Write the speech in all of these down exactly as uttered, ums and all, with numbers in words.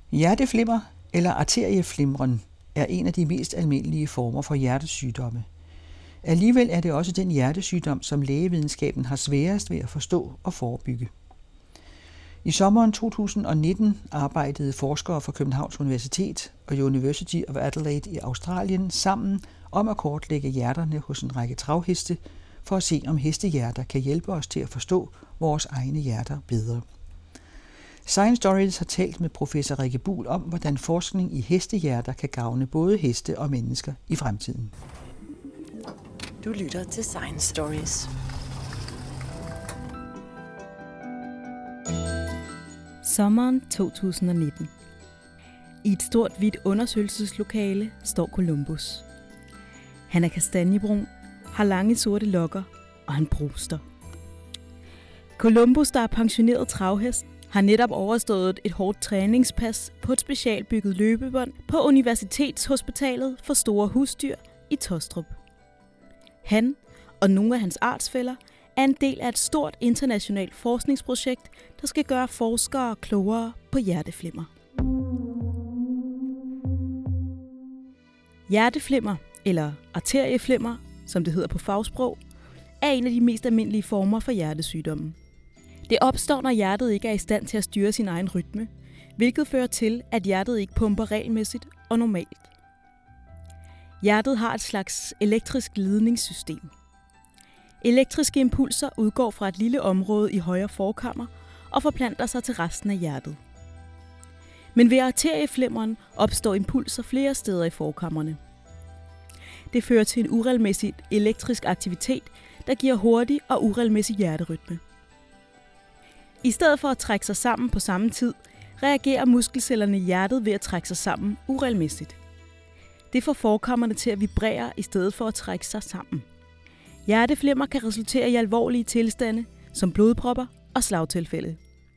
Hjerteflimmer eller arterieflimren er en af de mest almindelige former for hjertesygdomme. Alligevel er det også den hjertesygdom, som lægevidenskaben har sværest ved at forstå og forebygge. I sommeren to tusind og nitten arbejdede forskere fra Københavns Universitet og University of Adelaide i Australien sammen om at kortlægge hjerterne hos en række travheste for at se, om hestehjerter kan hjælpe os til at forstå vores egne hjerter bedre. Science Stories har talt med professor Rikke Buhl om, hvordan forskning i hestehjerter kan gavne både heste og mennesker i fremtiden. Du lytter til Science Stories. Sommeren to tusind og nitten. I et stort hvidt undersøgelseslokale står Columbus. Han er kastanjebrun, har lange sorte lokker, og han bruster. Columbus, der er pensioneret travhest, har netop overstået et hårdt træningspas på et specialbygget løbebånd på Universitetshospitalet for Store Husdyr i Taastrup. Han og nogle af hans artsfæller er en del af et stort internationalt forskningsprojekt, der skal gøre forskere klogere på hjerteflimmer. Hjerteflimmer, eller arterieflimmer, som det hedder på fagsprog, er en af de mest almindelige former for hjertesygdomme. Det opstår, når hjertet ikke er i stand til at styre sin egen rytme, hvilket fører til, at hjertet ikke pumper regelmæssigt og normalt. Hjertet har et slags elektrisk ledningssystem. Elektriske impulser udgår fra et lille område i højre forkammer og forplanter sig til resten af hjertet. Men ved arterieflimmeren opstår impulser flere steder i forkammerne. Det fører til en uregelmæssig elektrisk aktivitet, der giver hurtig og uregelmæssig hjerterytme. I stedet for at trække sig sammen på samme tid, reagerer muskelcellerne i hjertet ved at trække sig sammen uregelmæssigt. Det får forkammerne til at vibrere i stedet for at trække sig sammen. Hjerteflimmer kan resultere i alvorlige tilstande, som blodpropper og slagtilfælde.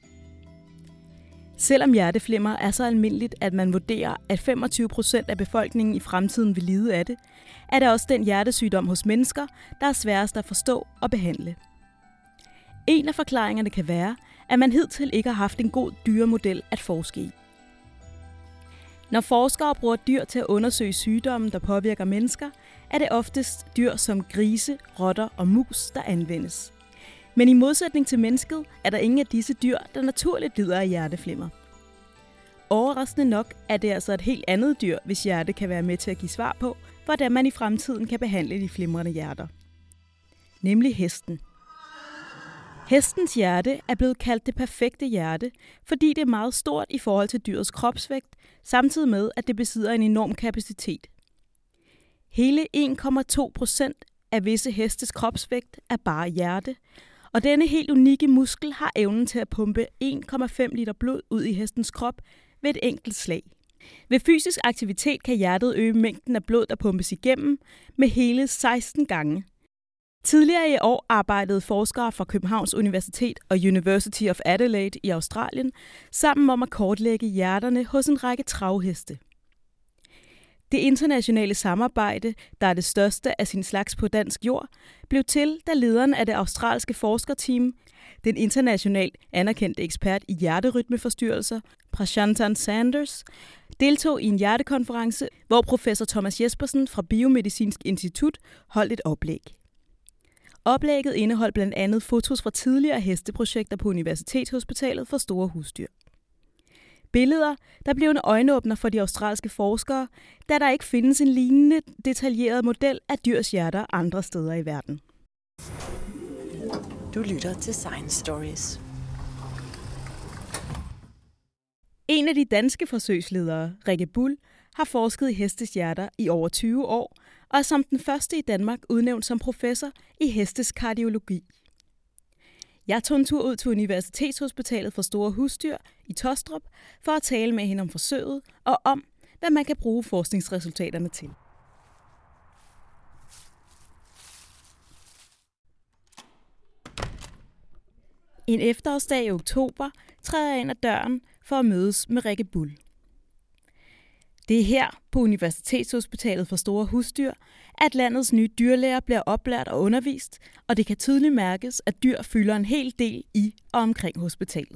Selvom hjerteflimmer er så almindeligt, at man vurderer, at femogtyve procent af befolkningen i fremtiden vil lide af det, er det også den hjertesygdom hos mennesker, der er sværest at forstå og behandle. En af forklaringerne kan være, at man hidtil ikke har haft en god dyremodel at forske i. Når forskere bruger dyr til at undersøge sygdomme, der påvirker mennesker, er det oftest dyr som grise, rotter og mus, der anvendes. Men i modsætning til mennesket er der ingen af disse dyr, der naturligt lider af hjerteflimmer. Overraskende nok er det altså et helt andet dyr, hvis hjerte kan være med til at give svar på, hvordan man i fremtiden kan behandle de flimrende hjerter. Nemlig hesten. Hestens hjerte er blevet kaldt det perfekte hjerte, fordi det er meget stort i forhold til dyrets kropsvægt, samtidig med, at det besidder en enorm kapacitet. Hele en komma to procent af visse hestes kropsvægt er bare hjerte, og denne helt unikke muskel har evnen til at pumpe en komma fem liter blod ud i hestens krop ved et enkelt slag. Ved fysisk aktivitet kan hjertet øge mængden af blod, der pumpes igennem, med hele seksten gange. Tidligere i år arbejdede forskere fra Københavns Universitet og University of Adelaide i Australien sammen om at kortlægge hjerterne hos en række travheste. Det internationale samarbejde, der er det største af sin slags på dansk jord, blev til, da lederen af det australske forskerteam, den internationalt anerkendte ekspert i hjerterytmeforstyrrelser, Prashantan Sanders, deltog i en hjertekonference, hvor professor Thomas Jespersen fra Biomedicinsk Institut holdt et oplæg. Oplægget indeholdt blandt andet fotos fra tidligere hesteprojekter på Universitetshospitalet for Store Husdyr. Billeder, der blev en øjenåbner for de australske forskere, da der ikke findes en lignende detaljeret model af dyrs hjerter andre steder i verden. Du lytter til Science Stories. En af de danske forsøgsledere, Rikke Buhl, har forsket i hestes hjerter i over tyve år, og er som den første i Danmark udnævnt som professor i hestes kardiologi. Jeg tog en tur ud til Universitetshospitalet for Store Husdyr i Taastrup for at tale med hende om forsøget og om, hvad man kan bruge forskningsresultaterne til. En efterårsdag i oktober træder jeg ind ad døren for at mødes med Rikke Buhl. Det er her på Universitetshospitalet for Store Husdyr, at landets nye dyrlæger bliver oplært og undervist, og det kan tydeligt mærkes, at dyr fylder en hel del i og omkring hospitalet.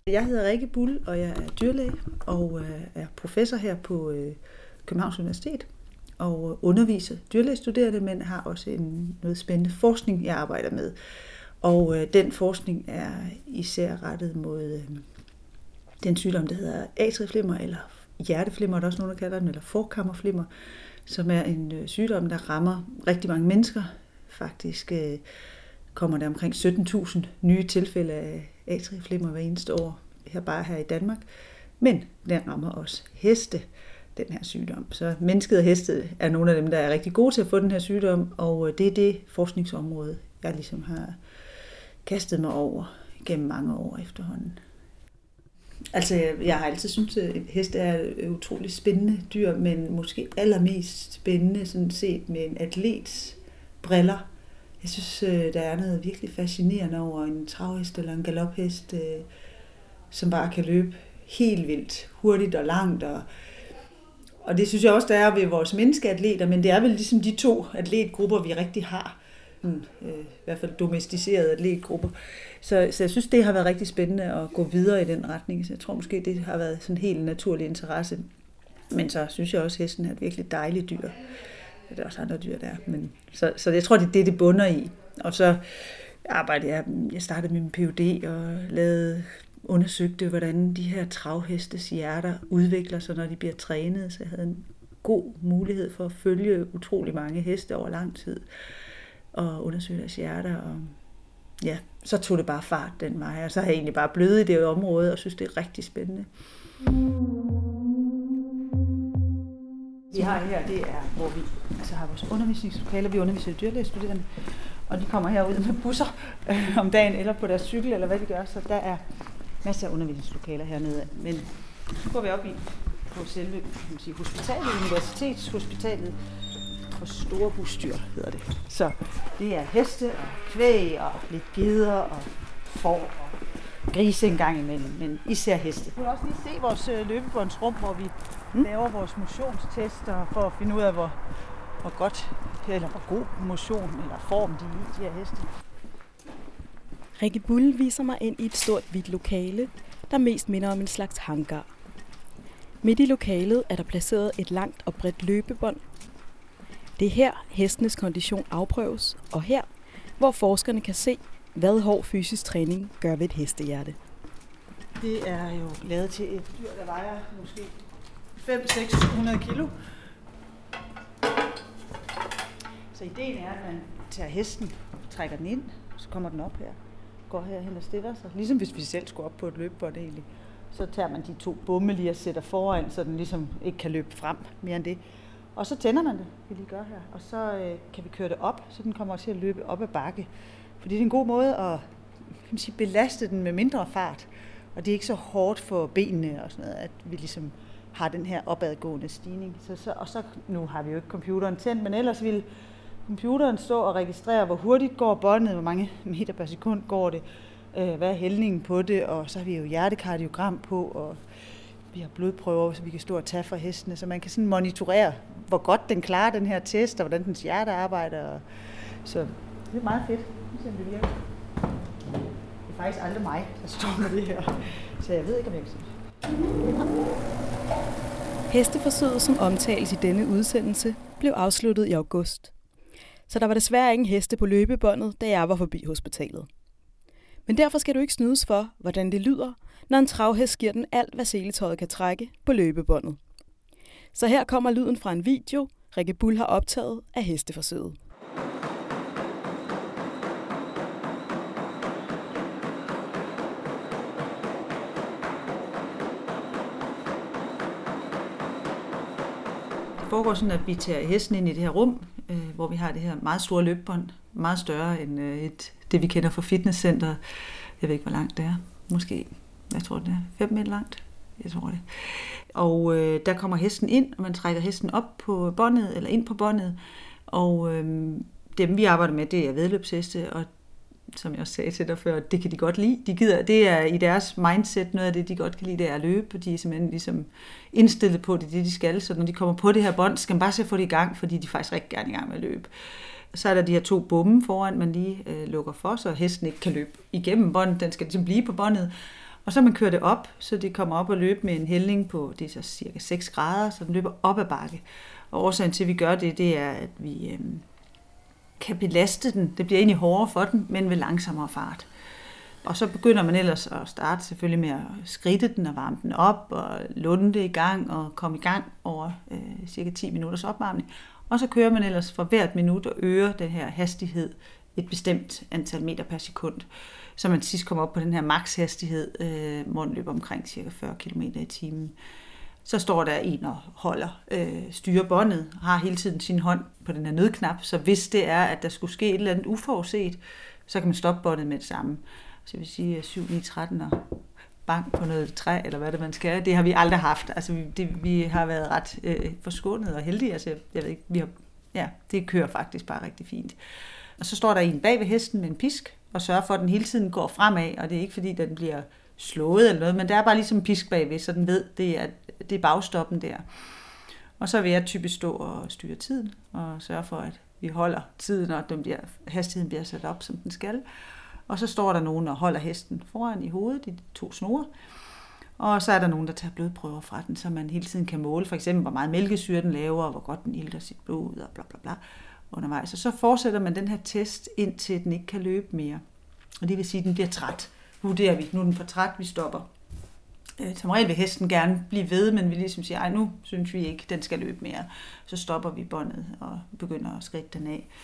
Jeg hedder Rikke Bull, og jeg er dyrlæge og er professor her på Københavns Universitet og underviser dyrlægestuderende, men har også en noget spændende forskning, jeg arbejder med. Og den forskning er især rettet mod den sygdom, der hedder atrieflimmer, eller hjerteflimmer, der er også nogen, der kalder den, eller forkammerflimmer, som er en sygdom, der rammer rigtig mange mennesker. Faktisk kommer der omkring sytten tusind nye tilfælde af atrieflimmer hver eneste år, her bare her i Danmark. Men den rammer også heste, den her sygdom. Så mennesket og heste er nogle af dem, der er rigtig gode til at få den her sygdom, og det er det forskningsområde, jeg ligesom har kastet mig over gennem mange år efterhånden. Altså, jeg har altid syntes, at heste er et utroligt spændende dyr, men måske allermest spændende sådan set med en atlets briller. Jeg synes, der er noget virkelig fascinerende over en travhest eller en galophest, som bare kan løbe helt vildt hurtigt og langt. Og, og det synes jeg også, der er ved vores menneskeatleter, men det er vel ligesom de to atletgrupper, vi rigtig har. I hvert fald domesticerede atletgrupper. Så, så jeg synes, det har været rigtig spændende at gå videre i den retning. Så jeg tror måske, det har været sådan en helt naturlig interesse. Men så synes jeg også, at hesten er et virkelig dejligt dyr. Det er også andre dyr der. Men, så, så jeg tror, det er det, det bunder i. Og så arbejdede jeg, jeg startede min P H D og lavede, undersøgte, hvordan de her travhestes hjerter udvikler sig, når de bliver trænet. Så jeg havde en god mulighed for at følge utrolig mange heste over lang tid og undersøge deres hjerter. Og ja, så tog det bare fart den vej. Og så har jeg egentlig bare blødet i det område og synes, det er rigtig spændende. Vi har her, det er, hvor vi altså har vores undervisningslokaler. Vi underviser dyrlægestuderende, og de kommer herud med busser øh, om dagen, eller på deres cykel, eller hvad de gør. Så der er masser af undervisningslokaler hernede. Men så går vi op i på selve kan man sige, hospitalet, universitetshospitalet for store husdyr, hedder det. Så det er heste og kvæg og lidt geder og får og grise en gang imellem, men især heste. Du kan også lige se vores løbebåndsrum, hvor vi mm. laver vores motionstester for at finde ud af, hvor, hvor godt eller hvor god motion eller form de er i, de her heste. Rikke Bull viser mig ind i et stort hvidt lokale, der mest minder om en slags hangar. Midt i lokalet er der placeret et langt og bredt løbebånd. Det er her, hestenes kondition afprøves, og her, hvor forskerne kan se, hvad hård fysisk træning gør ved et hestehjerte. Det er jo lavet til et dyr, der vejer måske fem til seks hundrede kilo. Så ideen er, at man tager hesten, trækker den ind, så kommer den op her, går herhen og stiller sig. Ligesom hvis vi selv skulle op på et løbebånd egentlig. Så tager man de to bomme lige og sætter foran, så den ligesom ikke kan løbe frem mere end det. Og så tænder man det, vi lige gør her, og så øh, kan vi køre det op, så den kommer til at løbe op ad bakke. Fordi det er en god måde at kan man sige, belaste den med mindre fart, og det er ikke så hårdt for benene og sådan noget, at vi ligesom har den her opadgående stigning. Så, så, og så, nu har vi jo ikke computeren tændt, men ellers vil computeren stå og registrere, hvor hurtigt går båndet, hvor mange meter per sekund går det, øh, hvad er hældningen på det, og så har vi jo hjertekardiogram på, og vi har blodprøver, så vi kan stå og tage fra hestene, så man kan sådan monitorere, hvor godt den klarer den her test, og hvordan dens hjerte arbejder. Og så det er meget fedt. Det virker. Det er faktisk aldrig mig, der står med det her, så jeg ved ikke, om jeg kan sige. Hesteforsøget, som omtales i denne udsendelse, blev afsluttet i august. Så der var desværre ingen heste på løbebåndet, da jeg var forbi hospitalet. Men derfor skal du ikke snydes for, hvordan det lyder, når en travhest giver den alt, hvad seletøjet kan trække på løbebåndet. Så her kommer lyden fra en video, Rikke Bull har optaget af hesteforsøget. Det foregår sådan, at vi tager hesten ind i det her rum, øh, hvor vi har det her meget store løbebånd, meget større end øh, et, det, vi kender fra fitnesscenteret. Jeg ved ikke, hvor langt det er. Måske, jeg tror, det er fem meter langt. Jeg tror det. Og øh, der kommer hesten ind, og man trækker hesten op på båndet, eller ind på båndet. Og øh, dem, vi arbejder med, det er væddeløbsheste, og som jeg også sagde til dig før, det kan de godt lide. De gider, det er i deres mindset, noget af det, de godt kan lide, det er at løbe. De er simpelthen ligesom indstillet på det, det de skal. Så når de kommer på det her bånd, skal man bare se at få det i gang, fordi de faktisk rigtig gerne i gang med at løbe. Så er der de her to bomme foran, man lige øh, lukker for, så hesten ikke kan løbe igennem båndet. Den skal ligesom blive på båndet. Og så man kører det op, så de kommer op og løber med en hældning på, det er så cirka seks grader, så den løber op ad bakke. Og årsagen til, at vi gør det, det er, at vi øh, kan belaste den. Det bliver egentlig hårdere for den, men ved langsommere fart. Og så begynder man ellers at starte selvfølgelig med at skridte den og varme den op og lunde det i gang og komme i gang over øh, cirka ti minutters opvarmning. Og så kører man ellers for hvert minut og øger den her hastighed et bestemt antal meter per sekund. Så man sidst kommer op på den her makshastighed, øh, hvor den løber omkring cirka fyrre kilometer i timen. Så står der en og holder, øh, styrer båndet, har hele tiden sin hånd på den her nødknap, så hvis det er, at der skulle ske et eller andet uforudset, så kan man stoppe båndet med det samme. Så jeg vil sige syv ni tretten og bang på noget træ, eller hvad det man skal. Det har vi aldrig haft. Altså, vi, det, vi har været ret øh, forskånet og heldige. Altså, jeg, jeg ved ikke, vi har, ja, det kører faktisk bare rigtig fint. Og så står der en bag ved hesten med en pisk, og sørger for, at den hele tiden går fremad, og det er ikke fordi, den bliver slået eller noget, men der er bare ligesom en pisk bagved, så den ved, det er, det er bagstoppen der. Og så vil jeg typisk stå og styre tiden, og sørge for, at vi holder tiden, og den bliver, hastigheden bliver sat op, som den skal. Og så står der nogen og holder hesten foran i hovedet, de to snore. Og så er der nogen, der tager blodprøver fra den, så man hele tiden kan måle, for eksempel hvor meget mælkesyre den laver, og hvor godt den ilter sit blod, og bla bla bla undervejs. Og så fortsætter man den her test, indtil den ikke kan løbe mere. Og det vil sige, at den bliver træt. Vurderer vi, nu er den for træt, vi stopper. Som regel vil hesten gerne blive ved, men vi ligesom siger, ej, nu synes vi ikke, den skal løbe mere. Så stopper vi båndet og begynder at skridte den af.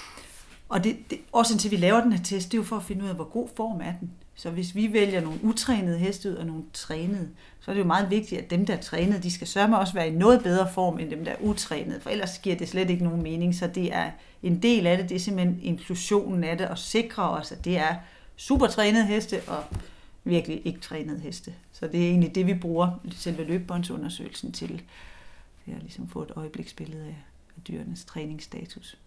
Og det, det, også til vi laver den her test, det er jo for at finde ud af, hvor god form er den. Så hvis vi vælger nogle utrænede heste ud og nogle trænede, så er det jo meget vigtigt, at dem, der er trænede, de skal sørge med også være i noget bedre form, end dem, der er utrænede. For ellers giver det slet ikke nogen mening. Så det er en del af det, det er simpelthen inklusionen af det, og sikre os, at det er super trænede heste og virkelig ikke trænede heste. Så det er egentlig det, vi bruger selve løbebåndsundersøgelsen til. Det er at ligesom få et øjebliksbillede af, af dyrenes træningsstatus.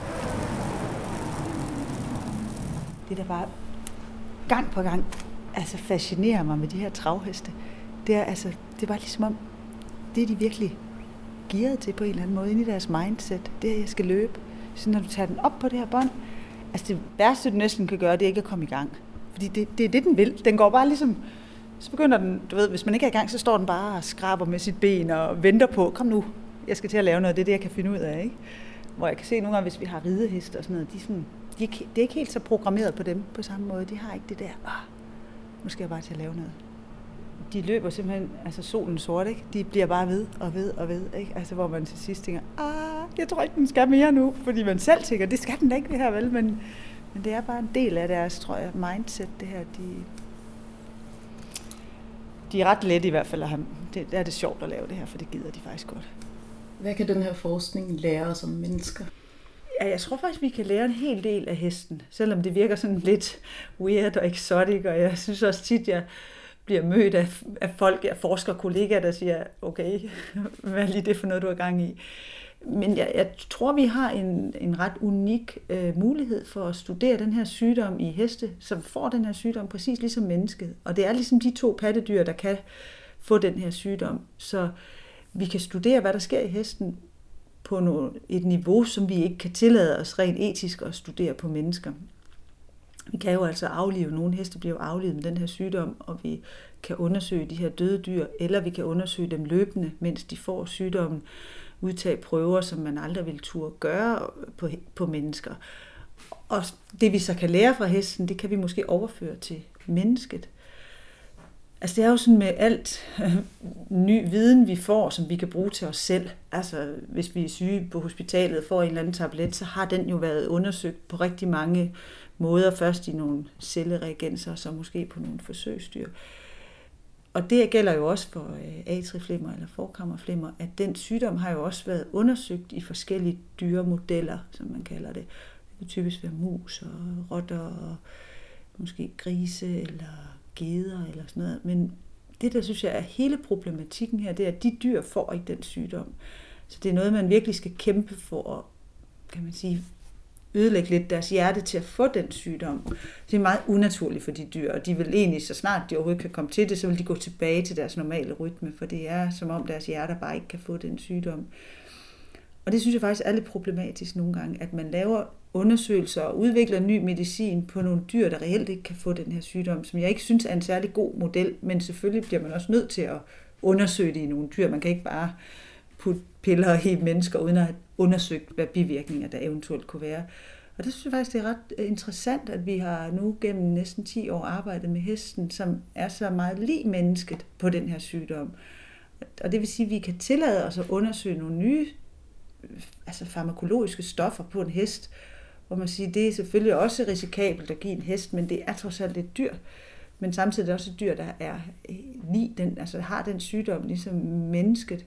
Det der bare gang på gang altså fascinerer mig med de her travheste, det er altså, det var ligesom om, det er de virkelig gearet til på en eller anden måde, inde i deres mindset, det er, jeg skal løbe. Så når du tager den op på det her bånd, altså det værste, du næsten kan gøre, det er ikke at komme i gang. Fordi det, det er det, den vil. Den går bare ligesom, så begynder den, du ved, hvis man ikke er i gang, så står den bare og skraber med sit ben og venter på, kom nu, jeg skal til at lave noget, det er det, jeg kan finde ud af, ikke? Hvor jeg kan se nogle gange, hvis vi har rideheste og sådan noget, de er sådan, de er, det er ikke helt så programmeret på dem på samme måde. De har ikke det der, ah, nu skal jeg bare til at lave noget. De løber simpelthen, altså solen sort, ikke? De bliver bare ved og ved og ved, ikke? Altså hvor man til sidst tænker, ah, jeg tror ikke, den skal mere nu. Fordi man selv tænker, det skal den da ikke det her, vel? Men, men det er bare en del af deres, tror jeg, mindset, det her. De, de er ret lette i hvert fald at have, det, det er det sjovt at lave det her, for det gider de faktisk godt. Hvad kan den her forskning lære os om mennesker? Ja, jeg tror faktisk, vi kan lære en hel del af hesten, selvom det virker sådan lidt weird og exotic, og jeg synes også tit, jeg bliver mødt af, af folk, af forskere og kollegaer, der siger, okay, hvad er lige det for noget, du er gang i? Men jeg, jeg tror, vi har en, en ret unik øh, mulighed for at studere den her sygdom i heste, som får den her sygdom præcis ligesom mennesket. Og det er ligesom de to pattedyr, der kan få den her sygdom. Så vi kan studere, hvad der sker i hesten, på et niveau, som vi ikke kan tillade os rent etisk at studere på mennesker. Vi kan jo altså aflive, nogle heste bliver aflivet med den her sygdom, og vi kan undersøge de her døde dyr, eller vi kan undersøge dem løbende, mens de får sygdommen, udtage prøver, som man aldrig ville turde gøre på, på mennesker. Og det vi så kan lære fra hesten, det kan vi måske overføre til mennesket. Altså det er jo sådan med alt øh, ny viden, vi får, som vi kan bruge til os selv. Altså hvis vi er syge på hospitalet og får en eller anden tablet, så har den jo været undersøgt på rigtig mange måder. Først i nogle cellereagenser, så måske på nogle forsøgsdyr. Og det gælder jo også for øh, atrieflimmer eller forkammerflimmer, at den sygdom har jo også været undersøgt i forskellige dyremodeller, som man kalder det. Det kan typisk være mus og rotter og måske grise eller geder eller sådan noget. Men det, der synes jeg er hele problematikken her, det er, at de dyr får ikke den sygdom. Så det er noget, man virkelig skal kæmpe for at, kan man sige, ødelægge lidt deres hjerte til at få den sygdom. Det er meget unaturligt for de dyr, og de vil egentlig, så snart de overhovedet kan komme til det, så vil de gå tilbage til deres normale rytme, for det er som om deres hjerter bare ikke kan få den sygdom. Og det synes jeg faktisk er lidt problematisk nogle gange, at man laver undersøgelser og udvikler ny medicin på nogle dyr, der reelt ikke kan få den her sygdom, som jeg ikke synes er en særlig god model, men selvfølgelig bliver man også nødt til at undersøge det i nogle dyr. Man kan ikke bare putte piller i mennesker, uden at have undersøgt, hvad bivirkninger der eventuelt kunne være. Og det synes jeg faktisk, det er ret interessant, at vi har nu gennem næsten ti år arbejdet med hesten, som er så meget lig mennesket på den her sygdom. Og det vil sige, at vi kan tillade os at undersøge nogle nye altså farmakologiske stoffer på en hest, hvor man siger, det er selvfølgelig også risikabelt at give en hest, men det er trods alt et dyr. Men samtidig er det også et dyr, der er lig den, altså har den sygdom ligesom mennesket.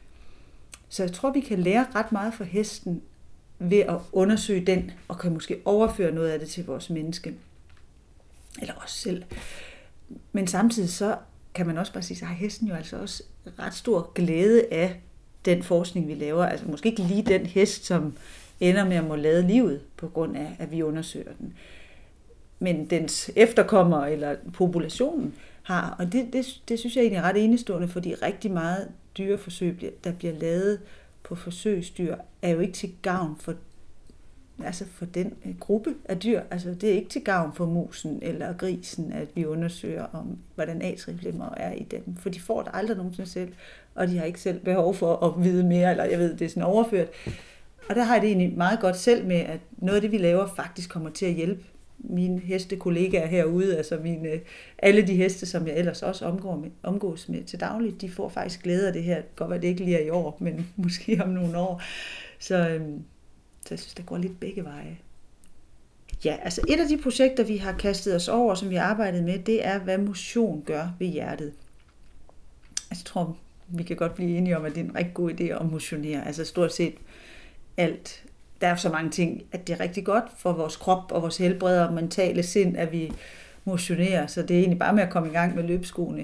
Så jeg tror, vi kan lære ret meget fra hesten ved at undersøge den, og kan måske overføre noget af det til vores menneske. Eller os selv. Men samtidig så kan man også bare sige, så har hesten jo altså også ret stor glæde af den forskning, vi laver. Altså måske ikke lige den hest, som ender med at må lade livet, på grund af, at vi undersøger den. Men dens efterkommere, eller populationen, har, og det, det, det synes jeg egentlig er ret enestående, fordi rigtig meget dyreforsøg, der bliver lavet på forsøgsdyr, er jo ikke til gavn for, altså for den gruppe af dyr. Altså det er ikke til gavn for musen eller grisen, at vi undersøger om, hvordan atrieflimmer er i dem. For de får det aldrig nogensinde selv, og de har ikke selv behov for at vide mere, eller jeg ved, det er sådan overført. Og der har jeg det egentlig meget godt selv med, at noget af det, vi laver, faktisk kommer til at hjælpe mine hestekollegaer herude, altså mine, alle de heste, som jeg ellers også omgår med, omgås med til daglig, de får faktisk glæde af det her. Det kan godt være, det ikke lige er i år, men måske om nogle år. Så, øhm, så jeg synes, det går lidt begge veje. Ja, altså et af de projekter, vi har kastet os over, som vi har arbejdet med, det er, hvad motion gør ved hjertet. Altså, jeg tror, vi kan godt blive enige om, at det er en rigtig god idé at motionere. Altså stort set alt. Der er så mange ting, at det er rigtig godt for vores krop og vores helbred og mentale sind, at vi motionerer. Så det er egentlig bare med at komme i gang med løbeskoene.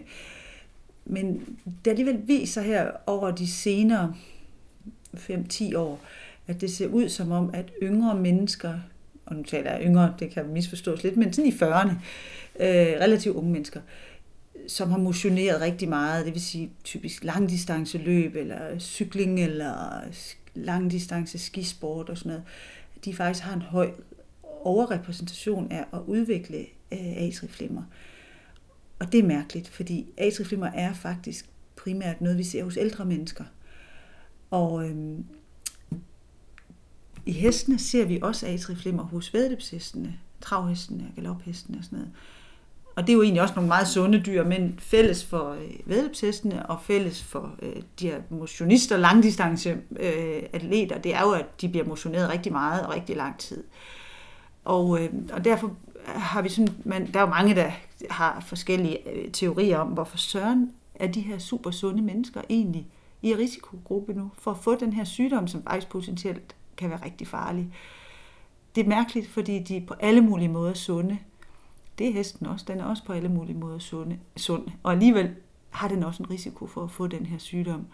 Men det alligevel viser her over de senere fem til ti år, at det ser ud som om, at yngre mennesker, og nu taler jeg yngre, det kan misforstås lidt, men sådan i fyrrerne, øh, relativt unge mennesker, som har motioneret rigtig meget, det vil sige typisk langdistanceløb, eller cykling, eller langdistance skisport og sådan noget, de faktisk har en høj overrepræsentation af at udvikle atrieflimmer. Og det er mærkeligt, fordi atrieflimmer er faktisk primært noget, vi ser hos ældre mennesker. Og øhm, i hestene ser vi også atrieflimmer hos væddeløbshestene, travhestene og galophestene og sådan noget. Og det er jo egentlig også nogle meget sunde dyr, men fælles for øh, væddeløbshestene og fælles for øh, de her motionister, langdistance øh, atleter, det er jo, at de bliver motioneret rigtig meget og rigtig lang tid. Og, øh, og derfor har vi sådan, man, der er jo mange, der har forskellige øh, teorier om, hvorfor søren er de her super sunde mennesker egentlig i risikogruppe nu, for at få den her sygdom, som faktisk potentielt kan være rigtig farlig. Det er mærkeligt, fordi de er på alle mulige måder sunde. Det er hesten også. Den er også på alle mulige måder sunde, sund. Og alligevel har den også en risiko for at få den her sygdom.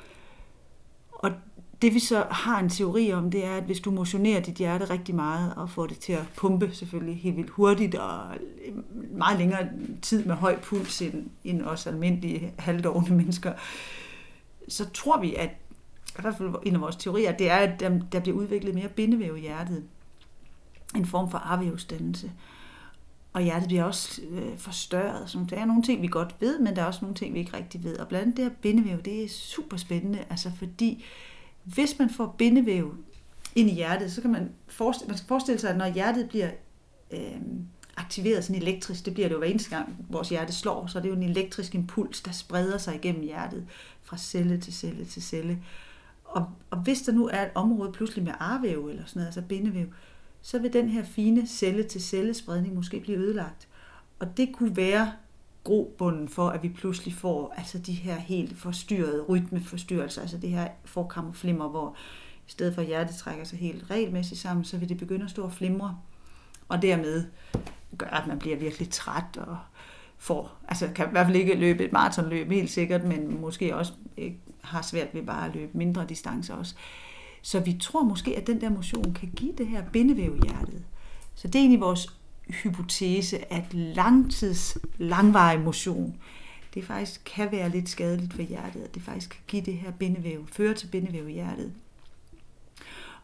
Og det vi så har en teori om, det er, at hvis du motionerer dit hjerte rigtig meget, og får det til at pumpe selvfølgelig helt vildt hurtigt, og meget længere tid med høj puls end, end os almindelige halvdårne mennesker, så tror vi, at i hvert fald en af vores teorier, det er, at der bliver udviklet mere bindevæv i hjertet. En form for arvævsdannelse. Og hjertet bliver også øh, forstørret. Så der er nogle ting, vi godt ved, men der er også nogle ting, vi ikke rigtig ved. Og blandt andet det her bindevæv, det er super spændende, altså fordi hvis man får bindevæv ind i hjertet, så kan man forestille, man skal forestille sig, at når hjertet bliver øh, aktiveret sådan elektrisk, det bliver det jo hver eneste gang, vores hjerte slår, så det er jo en elektrisk impuls, der spreder sig igennem hjertet fra celle til celle til celle. Og, og hvis der nu er et område pludselig med arvæv eller sådan noget, altså bindevæv, så vil den her fine celle-til-celle-spredning måske blive ødelagt. Og det kunne være grobunden for, at vi pludselig får altså de her helt forstyrrede rytmeforstyrrelser, altså det her forkammerflimmer, hvor i stedet for at hjertet trækker sig helt regelmæssigt sammen, så vil det begynde at stå og flimre, og dermed gør, at man bliver virkelig træt og får, altså kan i hvert fald ikke løbe et maratonløb helt sikkert, men måske også ikke har svært ved bare at løbe mindre distancer også. Så vi tror måske, at den der motion kan give det her bindevæv i hjertet. Så det er egentlig vores hypotese, at langtids, langvarig motion, det faktisk kan være lidt skadeligt for hjertet, at det faktisk kan give det her bindevæv, føre til bindevæv i hjertet.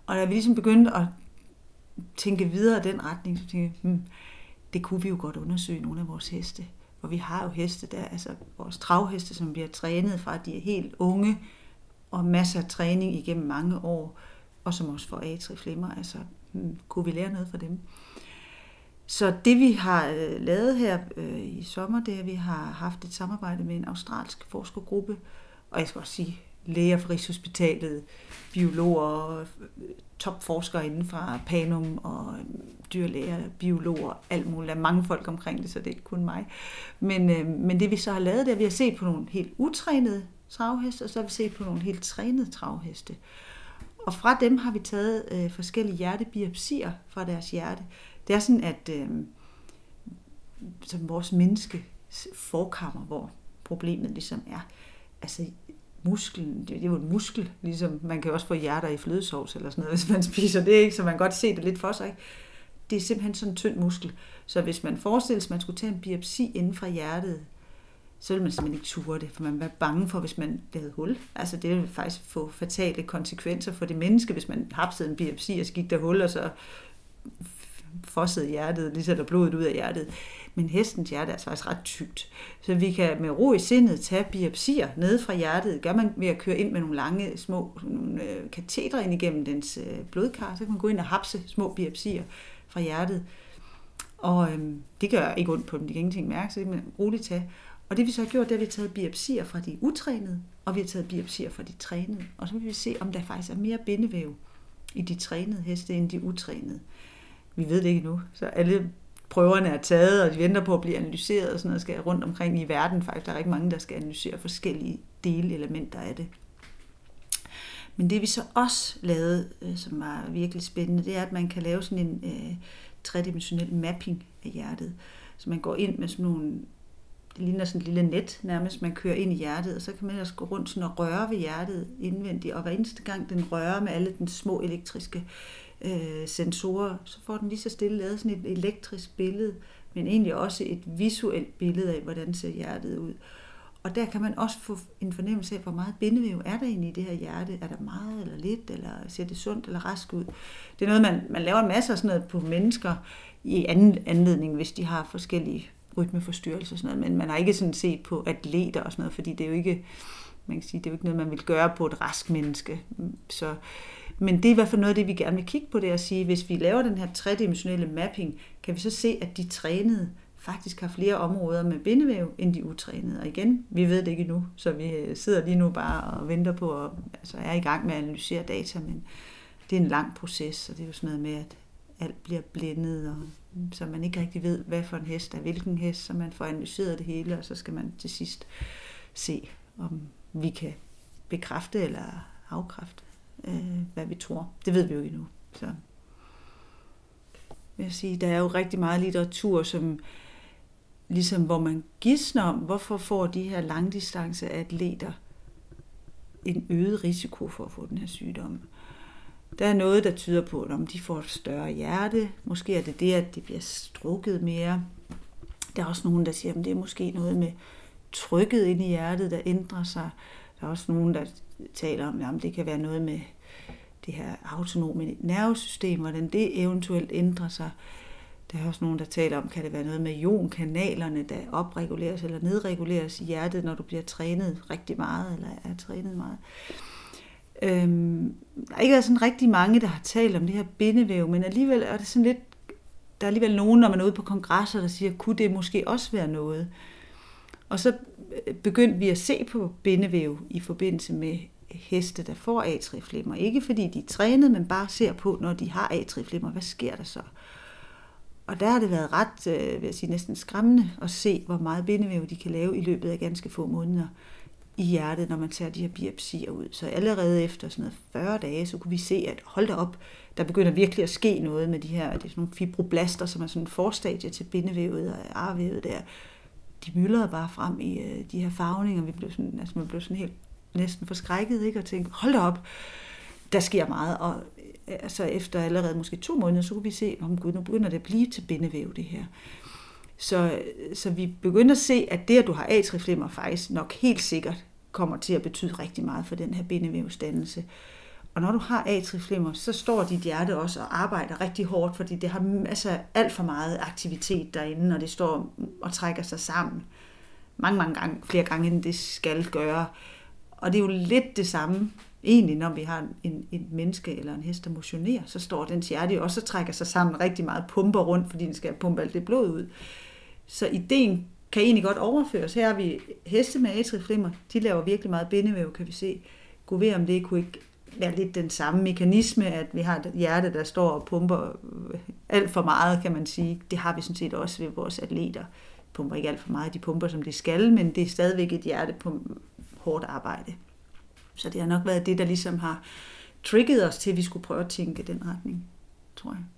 Og da vi ligesom begyndte at tænke videre i den retning, så tænkte jeg, hmm, det kunne vi jo godt undersøge nogle af vores heste. For vi har jo heste der, altså vores travheste, som bliver trænet fra, at de er helt unge, og masser af træning igennem mange år, og som også får atrieflimmer, altså hmm, kunne vi lære noget fra dem. Så det vi har øh, lavet her øh, i sommer, det er, at vi har haft et samarbejde med en australsk forskergruppe, og jeg skal også sige læger fra Rigshospitalet, biologer, topforskere inden fra Panum og dyrlæger, biologer, alt muligt. Der er mange folk omkring det, så det er ikke kun mig. Men, øh, men det vi så har lavet, det er, at vi har set på nogle helt utrænede travheste, og så har vi set på nogle helt trænede travheste. Og fra dem har vi taget øh, forskellige hjertebiopsier fra deres hjerte. Det er sådan, at øh, som vores menneske forkammer, hvor problemet ligesom er, altså musklen, det er jo en muskel, ligesom man kan også få hjerter i flødesovs eller sådan noget, hvis man spiser det, ikke? Så man kan godt se det lidt for sig. Det er simpelthen sådan en tynd muskel. Så hvis man forestiller sig, at man skulle tage en biopsi inden fra hjertet, så vil man simpelthen ikke ture det, for man vil være bange for, hvis man lavede hul. Altså det vil faktisk få fatale konsekvenser for det menneske, hvis man hapsede en biopsi og så gik der hul, og så fossede hjertet, lige så der blodet ud af hjertet. Men hestens hjerte er faktisk ret tykt. Så vi kan med ro i sindet tage biopsier nede fra hjertet. Gør man ved at køre ind med nogle lange små nogle, øh, katetre ind igennem dens øh, blodkar, så kan man gå ind og hapse små biopsier fra hjertet. Og øh, det gør ikke ondt på dem, de kan ingenting mærke, så det kan man roligt tage. Og det vi så har gjort, det er, at vi har taget biopsier fra de utrænede, og vi har taget biopsier fra de trænede. Og så vil vi se, om der faktisk er mere bindevæv i de trænede heste end de utrænede. Vi ved det ikke nu, så alle prøverne er taget, og de venter på at blive analyseret, og sådan noget skal rundt omkring i verden. Faktisk der er rigtig mange, der skal analysere forskellige delelementer af det. Men det vi så også lavede, som var virkelig spændende, det er, at man kan lave sådan en øh, tredimensionel mapping af hjertet. Så man går ind med sådan nogle, det ligner sådan et lille net nærmest, man kører ind i hjertet, og så kan man ellers gå rundt sådan og røre ved hjertet indvendigt, og hver eneste gang den rører med alle de små elektriske øh, sensorer, så får den lige så stille lavet sådan et elektrisk billede, men egentlig også et visuelt billede af, hvordan ser hjertet ud. Og der kan man også få en fornemmelse af, hvor meget bindevæv er der egentlig i det her hjerte. Er der meget eller lidt, eller ser det sundt eller rask ud? Det er noget, man, man laver en masse af sådan noget på mennesker i anden anledning, hvis de har forskellige rytmeforstyrrelser og sådan noget, men man har ikke sådan set på atleter og sådan noget, fordi det er jo ikke, man kan sige, det er jo ikke noget, man vil gøre på et rask menneske. Så, men det er i hvert fald noget af det, vi gerne vil kigge på, det at sige, hvis vi laver den her tredimensionelle mapping, kan vi så se, at de trænede faktisk har flere områder med bindevæv end de utrænede. Og igen, vi ved det ikke endnu, så vi sidder lige nu bare og venter på, og altså er i gang med at analysere data, men det er en lang proces, og det er jo sådan noget med, at alt bliver blændet, og så man ikke rigtig ved, hvad for en hest er hvilken hest, så man får analyseret det hele, og så skal man til sidst se, om vi kan bekræfte eller afkræfte, øh, hvad vi tror. Det ved vi jo ikke endnu. Så vil jeg sige, der er jo rigtig meget litteratur, som ligesom, hvor man gidsner om, hvorfor får de her langdistanceatleter en øget risiko for at få den her sygdom. Der er noget, der tyder på, at om de får et større hjerte, måske er det det, at det bliver strukket mere. Der er også nogen, der siger, at det er måske noget med trykket ind i hjertet, der ændrer sig. Der er også nogen, der taler om, at det kan være noget med det her autonome nervesystem, hvordan det eventuelt ændrer sig. Der er også nogen, der taler om, kan det være noget med ionkanalerne, der opreguleres eller nedreguleres i hjertet, når du bliver trænet rigtig meget, eller er trænet meget. Øhm, der er ikke sådan rigtig mange, der har talt om det her bindevæv, men alligevel er det sådan lidt, der er alligevel nogen, når man er ude på kongresser, der siger, kunne det måske også være noget? Og så begyndte vi at se på bindevæv i forbindelse med heste, der får atrieflimmer. Ikke fordi de er trænet, men bare ser på, når de har atrieflimmer, hvad sker der så? Og der har det været ret, vil jeg sige, næsten skræmmende at se, hvor meget bindevæv de kan lave i løbet af ganske få måneder i hjertet, når man tager de her biopsier ud. Så allerede efter sådan noget fyrre dage, så kunne vi se, at hold da op, der begynder virkelig at ske noget med de her, det er sådan nogle fibroblaster, som er sådan en forstadie til bindevævet og arvævet der. De myldrede bare frem i uh, de her farvninger. Vi blev sådan, altså man blev sådan helt næsten forskrækket, ikke? Og tænkte, hold da op, der sker meget. Og altså efter allerede måske to måneder, så kunne vi se, om gud, nu begynder det at blive til bindevæv, det her. Så, så vi begyndte at se, at det, at du har atrieflimmer, faktisk nok helt sikkert kommer til at betyde rigtig meget for den her bindevævsdannelse. Og når du har atrieflimmer, så står dit hjerte også og arbejder rigtig hårdt, fordi det har masser af alt for meget aktivitet derinde, og det står og trækker sig sammen mange, mange gange, flere gange, end det skal gøre. Og det er jo lidt det samme, egentlig, når vi har en, en menneske eller en hest, der motionerer, så står dens hjerte jo også og trækker sig sammen rigtig meget, pumper rundt, fordi den skal pumpe alt det blod ud. Så ideen kan egentlig godt overføres. Her har vi heste med atrieflimmer, de laver virkelig meget bindevæv, kan vi se. Gud ved, om det kunne ikke være lidt den samme mekanisme, at vi har et hjerte, der står og pumper alt for meget, kan man sige. Det har vi sådan set også ved vores atleter. De pumper ikke alt for meget, de pumper som de skal, men det er stadigvæk et hjerte på hårdt arbejde. Så det har nok været det, der ligesom har trigget os til, at vi skulle prøve at tænke den retning, tror jeg.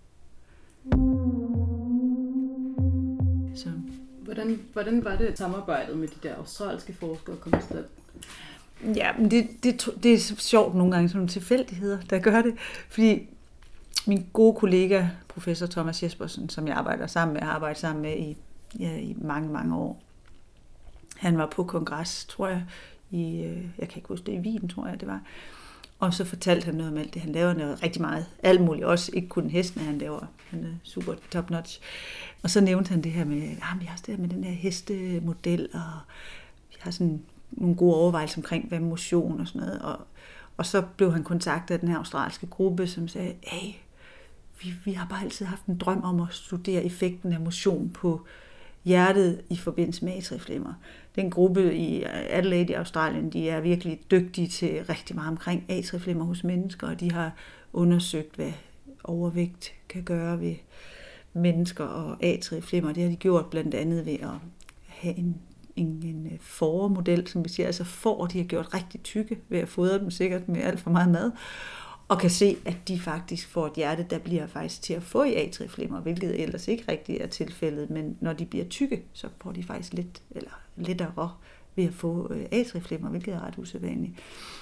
Så. Hvordan, hvordan var det samarbejdet med de der australske forskere kom i stand? Ja, men det, det, det er sjovt nogle gange, sådan nogle tilfældigheder, der gør det. Fordi min gode kollega, professor Thomas Jespersen, som jeg arbejder sammen med, har arbejdet sammen med i, ja, i mange, mange år. Han var på kongres, tror jeg, i, jeg kan ikke huske det, i Wien, tror jeg det var. Og så fortalte han noget om alt det. Han laver noget rigtig meget, alt muligt, også ikke kun hestene, han laver. Han er super top notch. Og så nævnte han det her med, ah, vi har også det her med den her hestemodel, og vi har sådan nogle gode overvejelser omkring, hvad motion og sådan noget. Og, og så blev han kontaktet af den her australske gruppe, som sagde, hey, vi, vi har bare altid haft en drøm om at studere effekten af motion på hjertet i forbindelse med atrieflimmer. Den gruppe i Adelaide i Australien, de er virkelig dygtige til rigtig meget omkring atrieflimmer hos mennesker, og de har undersøgt, hvad overvægt kan gøre ved mennesker og atrieflimmer. Det har de gjort blandt andet ved at have en, en, en fåremodel, som vi siger, altså får, de har gjort rigtig tykke ved at fodre dem sikkert med alt for meget mad, og kan se, at de faktisk får et hjerte, der bliver faktisk til at få i atrieflimmer, hvilket ellers ikke rigtig er tilfældet, men når de bliver tykke, så får de faktisk lidt, eller lettere ved at få atrieflimmer, hvilket er ret usædvanligt.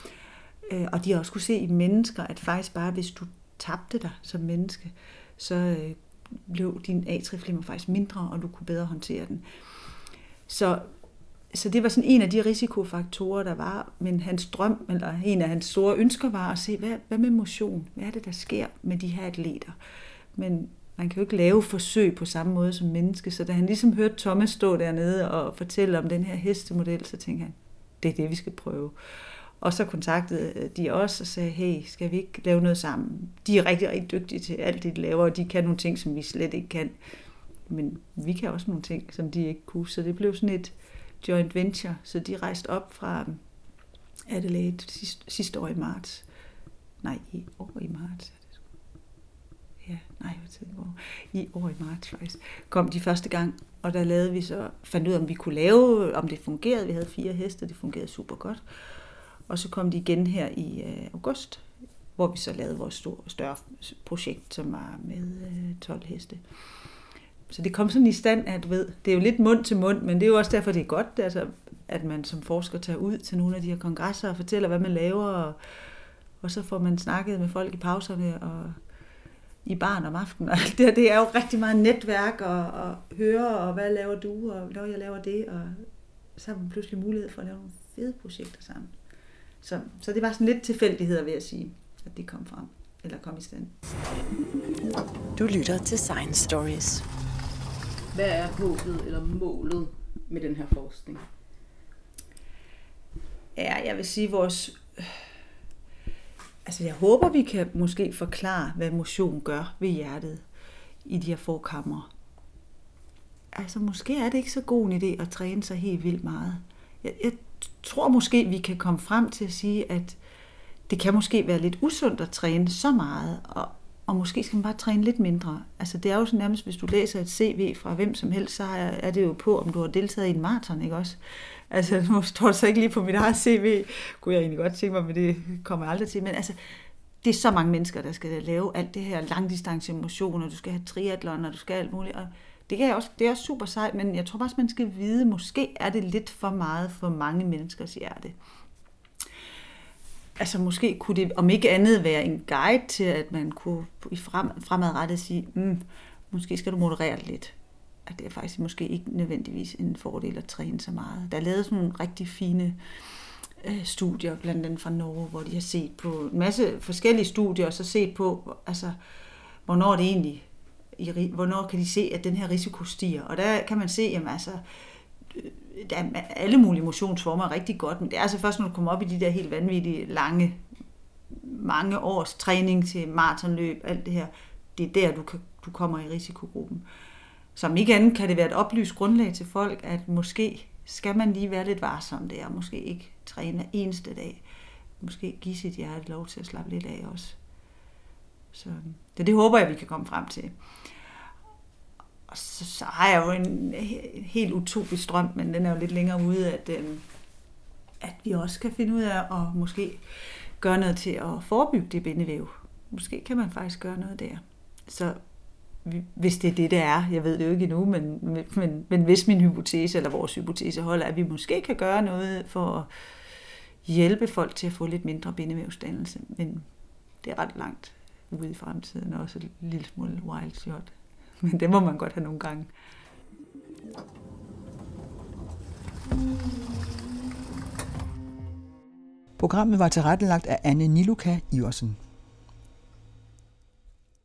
Og de har også kunne se i mennesker, at faktisk bare hvis du tabte dig som menneske, så blev din atrieflimmer faktisk mindre, og du kunne bedre håndtere den. Så Så det var sådan en af de risikofaktorer, der var, men hans drøm, eller en af hans store ønsker, var at se, hvad, hvad med motion? Hvad er det, der sker med de her atleter? Men man kan jo ikke lave forsøg på samme måde som menneske, så da han ligesom hørte Thomas stå dernede og fortælle om den her hestemodel, så tænkte han, det er det, vi skal prøve. Og så kontaktede de os og sagde, hey, skal vi ikke lave noget sammen? De er rigtig, rigtig dygtige til alt det, de laver, og de kan nogle ting, som vi slet ikke kan. Men vi kan også nogle ting, som de ikke kunne, så det blev sådan et joint venture, så de rejste op fra Adelaide sidste, sidste år i marts. Nej, i år i marts. Ja, nej, hvad tid går. I år i marts faktisk. Kom de første gang, og der lavede vi så, fandt ud af, om vi kunne lave, om det fungerede. Vi havde fire heste, det fungerede super godt. Og så kom de igen her i øh, august, hvor vi så lavede vores store, større projekt, som var med øh, tolv heste. Så det kom sådan i stand, at du ved, det er jo lidt mund til mund, men det er jo også derfor, det er godt, altså, at man som forsker tager ud til nogle af de her kongresser og fortæller, hvad man laver, og, og så får man snakket med folk i pauserne og i baren om aftenen. Og det, det er jo rigtig meget netværk og, og høre, og hvad laver du, og når jeg laver det, og så har man pludselig mulighed for at lave nogle fede projekter sammen. Så, så det var sådan lidt tilfældigheder, vil jeg sige, at det kom frem, eller kom i stand. Du lytter til Science Stories. Hvad er håbet eller målet med den her forskning? Ja, jeg vil sige, vores... Altså, jeg håber, vi kan måske forklare, hvad motion gør ved hjertet i de her forkamre. Altså, måske er det ikke så god en idé at træne sig helt vildt meget. Jeg, jeg tror måske, vi kan komme frem til at sige, at det kan måske være lidt usundt at træne så meget, og Og måske skal man bare træne lidt mindre. Altså det er jo sådan nærmest, hvis du læser et C V fra hvem som helst, så er det jo på, om du har deltaget i en maraton, ikke også? Altså nu står det så ikke lige på mit eget C V, kunne jeg egentlig godt tænke mig, men det kommer jeg aldrig til. Men altså, det er så mange mennesker, der skal lave alt det her langdistance motion, og du skal have triathlon, og du skal alt muligt. Og det, kan jeg også, det er også super sejt, men jeg tror også, man skal vide, måske er det lidt for meget for mange menneskers hjerte. Altså måske kunne det om ikke andet være en guide til, at man kunne i frem, fremadrettet sige, mm, måske skal du moderere lidt. At det er faktisk måske ikke nødvendigvis en fordel at træne så meget. Der er lavet sådan nogle rigtig fine øh, studier, blandt andet fra Norge, hvor de har set på en masse forskellige studier, og så set på, altså, hvornår det egentlig, i, hvornår kan de se, at den her risiko stiger. Og der kan man se, jamen altså, der er alle mulige motionsformer er rigtig godt, men det er altså først, når du kommer op i de der helt vanvittige, lange, mange års træning til maratonløb, alt det her, det er der, du, kan, du kommer i risikogruppen. Som ikke andet kan det være et oplyst grundlag til folk, at måske skal man lige være lidt varsom der, og måske ikke træne hver eneste dag. Måske give sit hjerte lov til at slappe lidt af også. Så det, det håber jeg, vi kan komme frem til. Og så, så har jeg jo en helt utopisk drøm, men den er jo lidt længere ude, at, øh, at vi også kan finde ud af at måske gøre noget til at forebygge det bindevæv. Måske kan man faktisk gøre noget der. Så hvis det er det, det er, jeg ved det jo ikke endnu, men, men, men hvis min hypotese eller vores hypotese holder, at vi måske kan gøre noget for at hjælpe folk til at få lidt mindre bindevævsdannelse, men det er ret langt ude i fremtiden, og også et lille smule wild shot. Men det må man godt have nogle gange. Programmet var tilrettelagt af Anne Niluka Iversen.